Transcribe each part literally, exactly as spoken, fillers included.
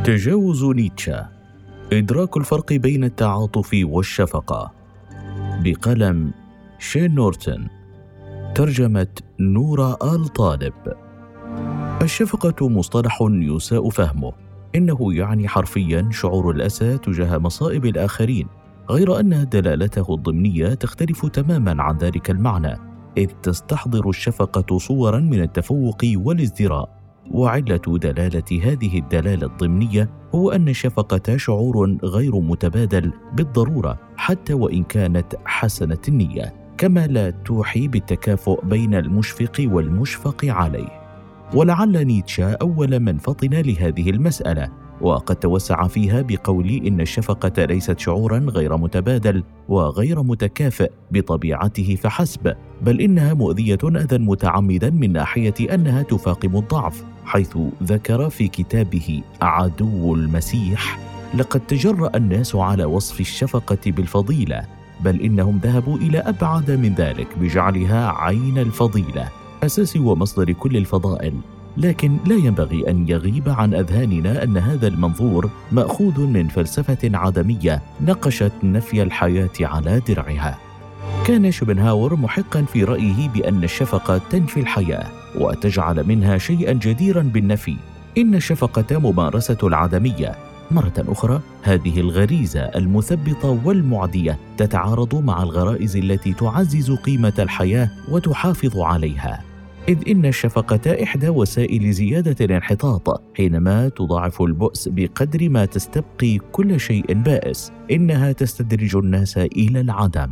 تجاوز نيتشه، إدراك الفرق بين التعاطف والشفقة، بقلم شين نورتون، ترجمة نورة آل طالب. الشفقة مصطلح يساء فهمه، إنه يعني حرفيا شعور الأسى تجاه مصائب الآخرين، غير أن دلالته الضمنية تختلف تماما عن ذلك المعنى، إذ تستحضر الشفقة صورا من التفوق والازدراء. وعلة دلالة هذه الدلالة الضمنية هو أن الشفقة شعور غير متبادل بالضرورة حتى وإن كانت حسنة النية، كما لا توحي بالتكافؤ بين المشفق والمشفق عليه. ولعل نيتشه أول من فطن لهذه المسألة، وقد توسع فيها بقول إن الشفقة ليست شعورا غير متبادل وغير متكافئ بطبيعته فحسب، بل إنها مؤذية أذى متعمدا من ناحية أنها تفاقم الضعف، حيث ذكر في كتابه عدو المسيح: لقد تجرأ الناس على وصف الشفقة بالفضيلة، بل إنهم ذهبوا إلى أبعد من ذلك بجعلها عين الفضيلة، أساس ومصدر كل الفضائل. لكن لا ينبغي أن يغيب عن أذهاننا أن هذا المنظور مأخوذ من فلسفة عدمية نقشت نفي الحياة على درعها. كان شوبنهاور محقا في رأيه بأن الشفقة تنفي الحياة وتجعل منها شيئا جديرا بالنفي. إن الشفقة ممارسة العدمية. مرة أخرى، هذه الغريزة المثبطة والمعدية تتعارض مع الغرائز التي تعزز قيمة الحياة وتحافظ عليها، إذ إن الشفقة إحدى وسائل زيادة الانحطاط، حينما تضاعف البؤس بقدر ما تستبقي كل شيء بائس، إنها تستدرج الناس إلى العدم.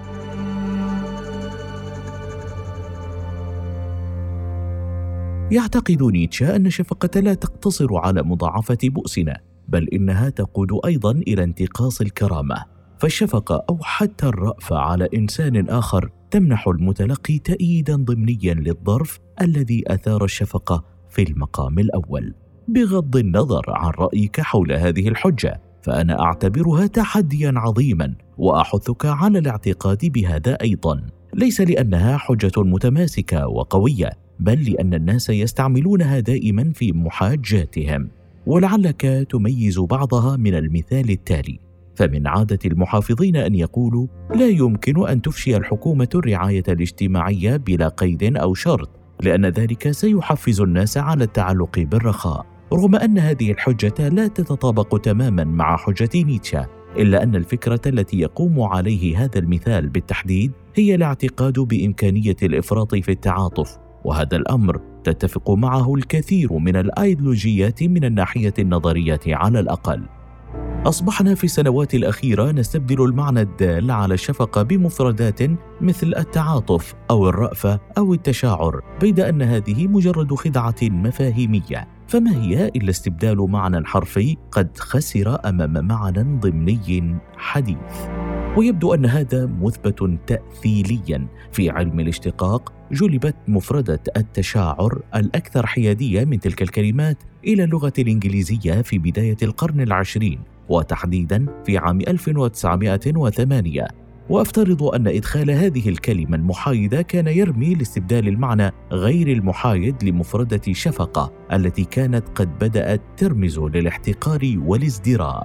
يعتقد نيتشه أن الشفقة لا تقتصر على مضاعفة بؤسنا، بل إنها تقود أيضا إلى انتقاص الكرامة، فالشفقة أو حتى الرأفة على إنسان آخر تمنح المتلقي تأييدا ضمنيا للظرف الذي أثار الشفقة في المقام الأول. بغض النظر عن رأيك حول هذه الحجة، فأنا أعتبرها تحديا عظيما، وأحثك على الاعتقاد بهذا أيضا، ليس لأنها حجة متماسكة وقوية، بل لأن الناس يستعملونها دائما في محاجاتهم. ولعلك تميز بعضها من المثال التالي: فمن عادة المحافظين أن يقولوا: لا يمكن أن تفشي الحكومة الرعاية الاجتماعية بلا قيد أو شرط، لأن ذلك سيحفز الناس على التعلق بالرخاء. رغم أن هذه الحجة لا تتطابق تماما مع حجة نيتشه، إلا أن الفكرة التي يقوم عليه هذا المثال بالتحديد هي الاعتقاد بإمكانية الإفراط في التعاطف، وهذا الأمر تتفق معه الكثير من الأيديولوجيات من الناحية النظرية على الأقل. أصبحنا في السنوات الأخيرة نستبدل المعنى الدال على الشفقة بمفردات مثل التعاطف أو الرأفة أو التشاعر، بيد أن هذه مجرد خدعة مفاهيمية، فما هي إلا استبدال معنى حرفي قد خسر أمام معنى ضمني حديث. ويبدو أن هذا مثبت تأثيليا في علم الاشتقاق. جلبت مفردة التشاعر الأكثر حيادية من تلك الكلمات إلى اللغة الإنجليزية في بداية القرن العشرين، وتحديدا في عام ألف وتسعمائة وثمانية. وأفترض أن إدخال هذه الكلمة المحايدة كان يرمي لاستبدال المعنى غير المحايد لمفردة شفقة التي كانت قد بدأت ترمز للاحتقار والازدراء.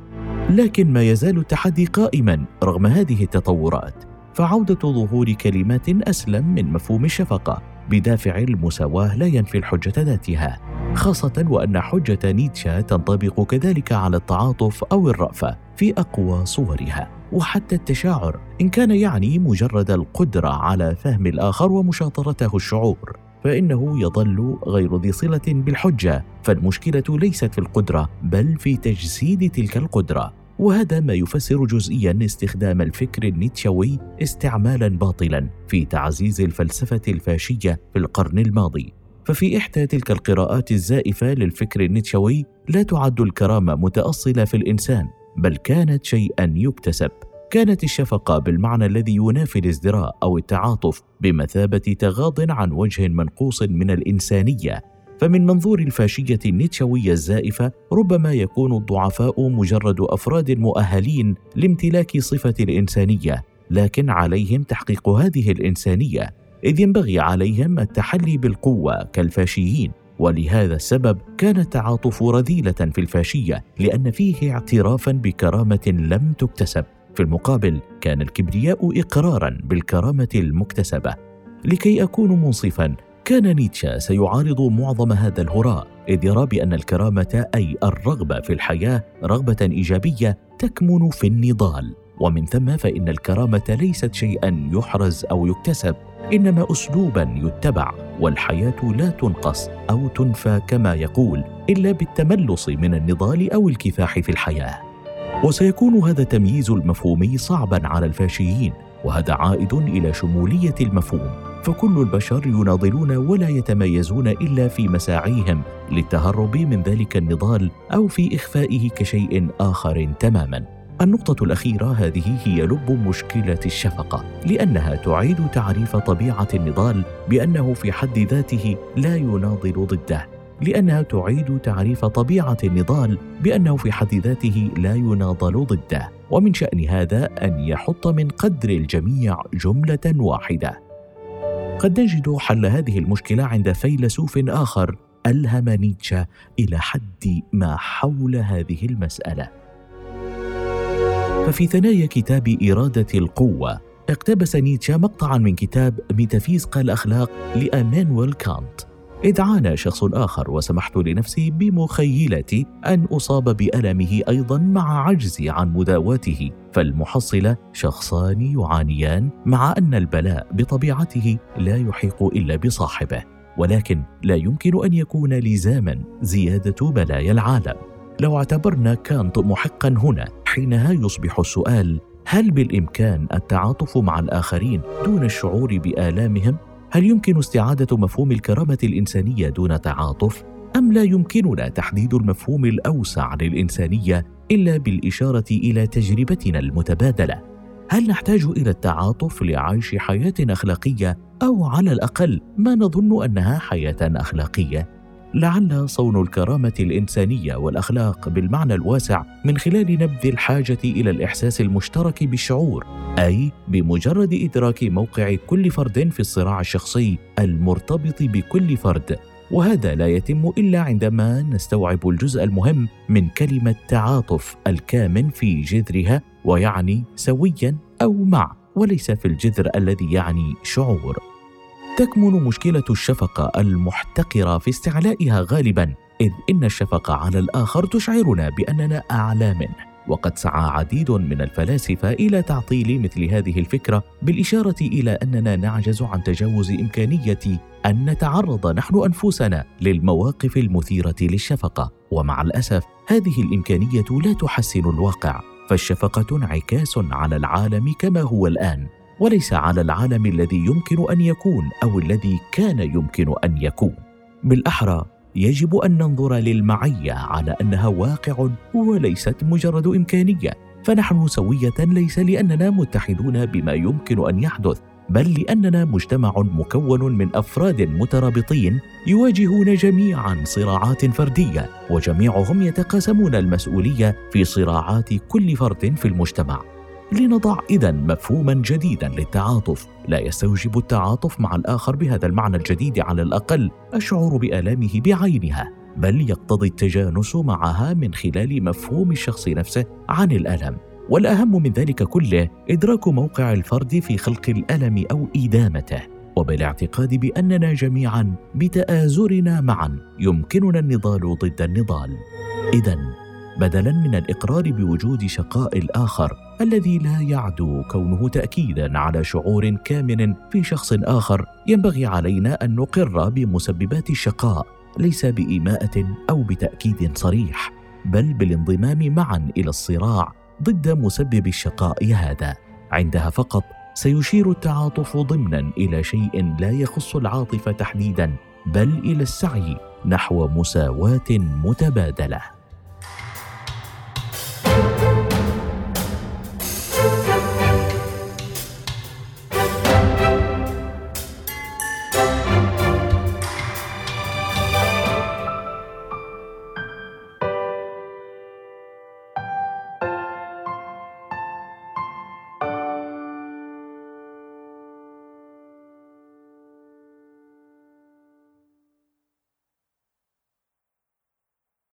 لكن ما يزال التحدي قائما رغم هذه التطورات، فعودة ظهور كلمات أسلم من مفهوم الشفقة بدافع المساواة لا ينفي الحجة ذاتها، خاصة وأن حجة نيتشه تنطبق كذلك على التعاطف أو الرأفة في أقوى صورها. وحتى التشاعر إن كان يعني مجرد القدرة على فهم الآخر ومشاطرته الشعور، فإنه يظل غير ذي صلة بالحجة، فالمشكلة ليست في القدرة بل في تجسيد تلك القدرة. وهذا ما يفسر جزئيا استخدام الفكر النيتشوي استعمالا باطلا في تعزيز الفلسفة الفاشية في القرن الماضي. ففي إحدى تلك القراءات الزائفة للفكر النيتشوي لا تعد الكرامة متأصلة في الإنسان، بل كانت شيئا يكتسب. كانت الشفقة بالمعنى الذي ينافي الازدراء أو التعاطف بمثابة تغاض عن وجه منقوص من الإنسانية. فمن منظور الفاشية النيتشوية الزائفة، ربما يكون الضعفاء مجرد أفراد مؤهلين لامتلاك صفة الإنسانية، لكن عليهم تحقيق هذه الإنسانية، إذ ينبغي عليهم التحلي بالقوة كالفاشيين، ولهذا السبب كان التعاطف رذيلة في الفاشية، لأن فيه اعترافا بكرامة لم تكتسب. في المقابل كان الكبرياء إقرارا بالكرامة المكتسبة. لكي أكون منصفا، كان نيتشه سيعارض معظم هذا الهراء، إذ يرى بأن الكرامة أي الرغبة في الحياة رغبة إيجابية تكمن في النضال، ومن ثم فإن الكرامة ليست شيئا يحرز أو يكتسب، إنما أسلوبا يتبع، والحياة لا تنقص أو تنفى كما يقول إلا بالتملص من النضال أو الكفاح في الحياة. وسيكون هذا التمييز المفهومي صعبا على الفاشيين، وهذا عائد إلى شمولية المفهوم، فكل البشر يناضلون ولا يتميزون إلا في مساعيهم للتهرب من ذلك النضال أو في إخفائه كشيء آخر تماما. النقطة الأخيرة هذه هي لب مشكلة الشفقة، لأنها تعيد تعريف طبيعة النضال بأنه في حد ذاته لا يناضل ضده، لأنها تعيد تعريف طبيعة النضال بأنه في حد ذاته لا يناضل ضده، ومن شأن هذا أن يحط من قدر الجميع جملة واحدة. قد نجد حل هذه المشكلة عند فيلسوف آخر ألهم نيتشه إلى حد ما حول هذه المسألة. ففي ثنايا كتاب إرادة القوة اقتبس نيتشه مقطعا من كتاب ميتافيزيقا الأخلاق لإمانويل كانت، إذ عانى شخص آخر وسمحت لنفسي بمخيلتي أن أصاب بألمه أيضا مع عجزي عن مداواته، فالمحصلة شخصان يعانيان، مع أن البلاء بطبيعته لا يحيق إلا بصاحبه، ولكن لا يمكن أن يكون لزاما زيادة بلايا العالم. لو اعتبرنا كانت محقا هنا، حينها يصبح السؤال: هل بالإمكان التعاطف مع الآخرين دون الشعور بآلامهم؟ هل يمكن استعادة مفهوم الكرامة الإنسانية دون تعاطف؟ أم لا يمكننا تحديد المفهوم الأوسع للإنسانية إلا بالإشارة إلى تجربتنا المتبادلة؟ هل نحتاج إلى التعاطف لعيش حياة أخلاقية، أو على الأقل ما نظن أنها حياة أخلاقية؟ لعل صون الكرامة الإنسانية والأخلاق بالمعنى الواسع من خلال نبذ الحاجة إلى الإحساس المشترك بالشعور، أي بمجرد إدراك موقع كل فرد في الصراع الشخصي المرتبط بكل فرد، وهذا لا يتم إلا عندما نستوعب الجزء المهم من كلمة تعاطف الكامن في جذرها، ويعني سويا أو مع، وليس في الجذر الذي يعني شعور. تكمن مشكلة الشفقة المحتقرة في استعلائها غالباً، إذ إن الشفقة على الآخر تشعرنا بأننا أعلى منه، وقد سعى عديد من الفلاسفة إلى تعطيل مثل هذه الفكرة بالإشارة إلى أننا نعجز عن تجاوز إمكانية أن نتعرض نحن أنفسنا للمواقف المثيرة للشفقة، ومع الأسف هذه الإمكانية لا تحسن الواقع، فالشفقة انعكاس على العالم كما هو الآن، وليس على العالم الذي يمكن أن يكون أو الذي كان يمكن أن يكون. بالأحرى يجب أن ننظر للمعية على أنها واقع وليست مجرد إمكانية، فنحن سوية ليس لأننا متحدون بما يمكن أن يحدث، بل لأننا مجتمع مكون من أفراد مترابطين يواجهون جميعا صراعات فردية، وجميعهم يتقاسمون المسؤولية في صراعات كل فرد في المجتمع. لنضع إذن مفهوما جديدا للتعاطف لا يستوجب التعاطف مع الآخر بهذا المعنى الجديد على الأقل الشعور بآلامه بعينها، بل يقتضي التجانس معها من خلال مفهوم الشخص نفسه عن الألم. والأهم من ذلك كله إدراك موقع الفرد في خلق الألم أو إدامته، وبالاعتقاد بأننا جميعا بتآزرنا معا يمكننا النضال ضد النضال. إذن بدلاً من الإقرار بوجود شقاء الآخر الذي لا يعدو كونه تأكيداً على شعور كامن في شخص آخر، ينبغي علينا أن نقر بمسببات الشقاء، ليس بإيماءة أو بتأكيد صريح، بل بالانضمام معاً إلى الصراع ضد مسبب الشقاء هذا. عندها فقط سيشير التعاطف ضمناً إلى شيء لا يخص العاطفة تحديداً، بل إلى السعي نحو مساواة متبادلة.